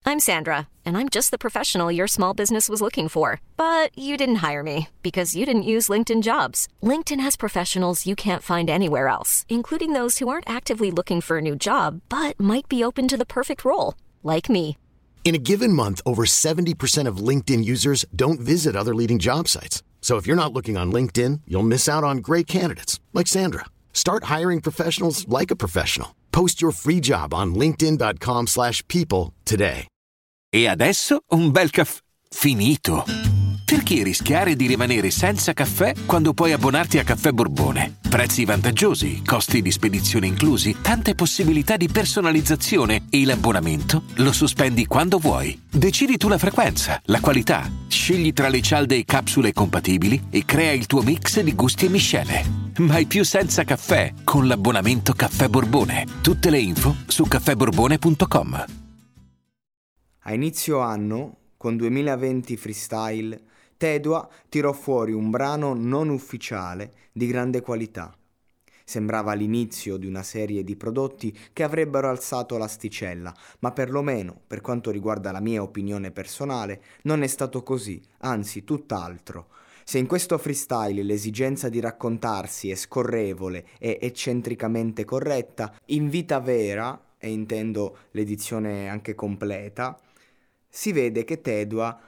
I'm Sandra, and I'm just the professional your small business was looking for. But you didn't hire me because you didn't use LinkedIn Jobs. LinkedIn has professionals you can't find anywhere else, including those who aren't actively looking for a new job, but might be open to the perfect role, like me. In a given month, over 70% of LinkedIn users don't visit other leading job sites. So if you're not looking on LinkedIn, you'll miss out on great candidates like Sandra. Start hiring professionals like a professional. Post your free job on linkedin.com/people today. E adesso un bel caffè finito. Perché rischiare di rimanere senza caffè quando puoi abbonarti a Caffè Borbone? Prezzi vantaggiosi, costi di spedizione inclusi, tante possibilità di personalizzazione e l'abbonamento lo sospendi quando vuoi. Decidi tu la frequenza, la qualità, scegli tra le cialde e capsule compatibili e crea il tuo mix di gusti e miscele. Mai più senza caffè con l'abbonamento Caffè Borbone. Tutte le info su caffèborbone.com. A inizio anno, con 2020 Freestyle, Tedua tirò fuori un brano non ufficiale di grande qualità. Sembrava l'inizio di una serie di prodotti che avrebbero alzato l'asticella, ma perlomeno, per quanto riguarda la mia opinione personale, non è stato così, anzi tutt'altro. Se in questo freestyle l'esigenza di raccontarsi è scorrevole e eccentricamente corretta, in vita vera, e intendo l'edizione anche completa, si vede che Tedua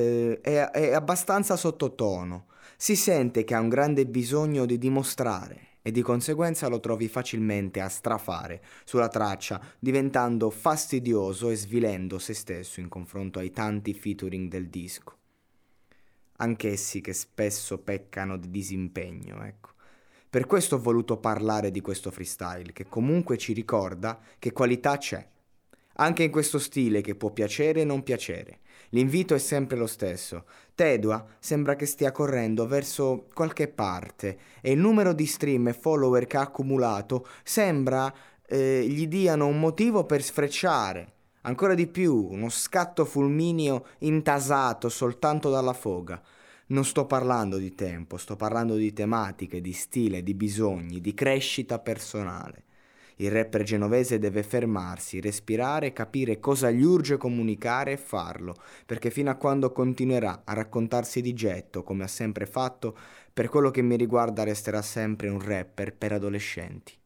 è abbastanza sottotono. Si sente che ha un grande bisogno di dimostrare e di conseguenza lo trovi facilmente a strafare sulla traccia, diventando fastidioso e svilendo se stesso in confronto ai tanti featuring del disco. Anch'essi che spesso peccano di disimpegno, ecco. Per questo ho voluto parlare di questo freestyle, che comunque ci ricorda che qualità c'è. Anche in questo stile che può piacere e non piacere. L'invito è sempre lo stesso. Tedua sembra che stia correndo verso qualche parte e il numero di stream e follower che ha accumulato sembra gli diano un motivo per sfrecciare. Ancora di più, uno scatto fulmineo intasato soltanto dalla foga. Non sto parlando di tempo, sto parlando di tematiche, di stile, di bisogni, di crescita personale. Il rapper genovese deve fermarsi, respirare, capire cosa gli urge comunicare e farlo, perché fino a quando continuerà a raccontarsi di getto, come ha sempre fatto, per quello che mi riguarda resterà sempre un rapper per adolescenti.